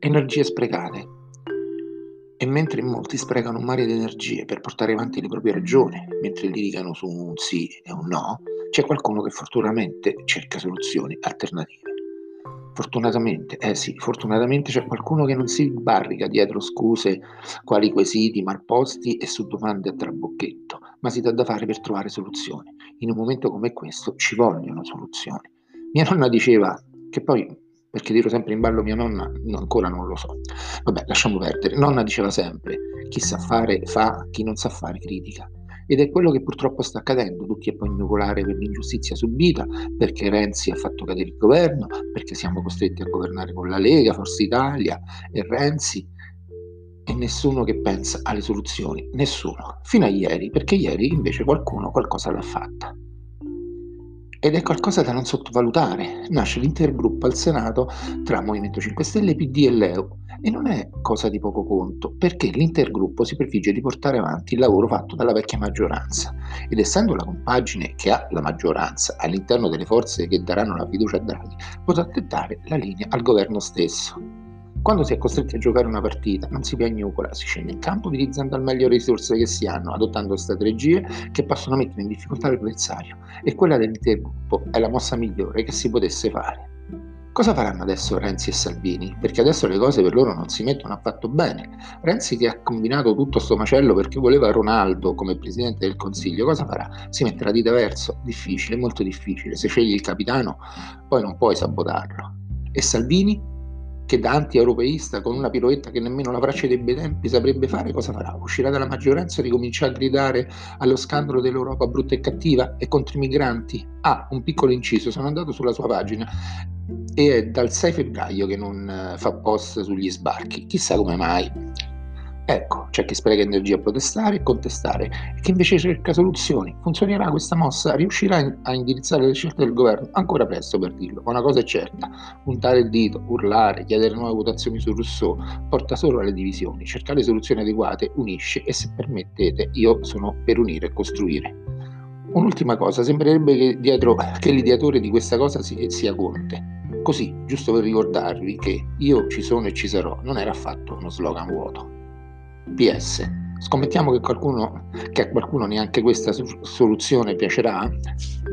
Energie sprecate. E mentre in molti sprecano un mare di energie per portare avanti le proprie ragioni, mentre litigano su un sì e un no, c'è qualcuno che fortunatamente cerca soluzioni alternative. Fortunatamente, sì, fortunatamente c'è qualcuno che non si barrica dietro scuse quali quesiti malposti e su domande a trabocchetto, ma si dà da fare per trovare soluzioni. In un momento come questo ci vogliono soluzioni. Mia nonna diceva che poi, perché tiro sempre in ballo mia nonna, ancora non lo so. Vabbè, lasciamo perdere. Nonna diceva sempre: chi sa fare fa, chi non sa fare critica. Ed è quello che purtroppo sta accadendo, tutti a pagnucolare per l'ingiustizia subita, perché Renzi ha fatto cadere il governo, perché siamo costretti a governare con la Lega, Forza Italia e Renzi, e nessuno che pensa alle soluzioni, nessuno, fino a ieri, perché ieri invece qualcuno qualcosa l'ha fatta. Ed è qualcosa da non sottovalutare. Nasce l'intergruppo al Senato tra Movimento 5 Stelle, PD e LeU. E non è cosa di poco conto, perché l'intergruppo si prefigge di portare avanti il lavoro fatto dalla vecchia maggioranza. Ed essendo la compagine che ha la maggioranza all'interno delle forze che daranno la fiducia a Draghi, potrà dettare la linea al governo stesso. Quando si è costretti a giocare una partita non si piagnucola, si scende in campo utilizzando al meglio le risorse che si hanno, adottando strategie che possono mettere in difficoltà l'avversario, e quella dell'intergruppo è la mossa migliore che si potesse fare. Cosa faranno adesso Renzi e Salvini? Perché adesso le cose per loro non si mettono affatto bene. Renzi, che ha combinato tutto sto macello perché voleva Ronaldo come presidente del Consiglio, cosa farà? Si metterà di verso? Difficile, molto difficile. Se scegli il capitano poi non puoi sabotarlo. E Salvini, che da anti-europeista, con una piroetta che nemmeno la Braccia dei bei tempi saprebbe fare, cosa farà? Uscirà dalla maggioranza e ricomincerà a gridare allo scandalo dell'Europa brutta e cattiva e contro i migranti? Un piccolo inciso, sono andato sulla sua pagina e è dal 6 febbraio che non fa post sugli sbarchi, chissà come mai. Ecco, c'è chi spreca energia a protestare e contestare e chi invece cerca soluzioni. Funzionerà questa mossa? Riuscirà a indirizzare le scelte del governo? Ancora presto per dirlo, ma una cosa è certa: puntare il dito, urlare, chiedere nuove votazioni su Rousseau porta solo alle divisioni. Cercare soluzioni adeguate unisce, e se permettete io sono per unire e costruire. Un'ultima cosa, sembrerebbe che l'ideatore di questa cosa sia Conte. Così, giusto per ricordarvi che io ci sono e ci sarò, non era affatto uno slogan vuoto. PS. Scommettiamo che a qualcuno neanche questa soluzione piacerà?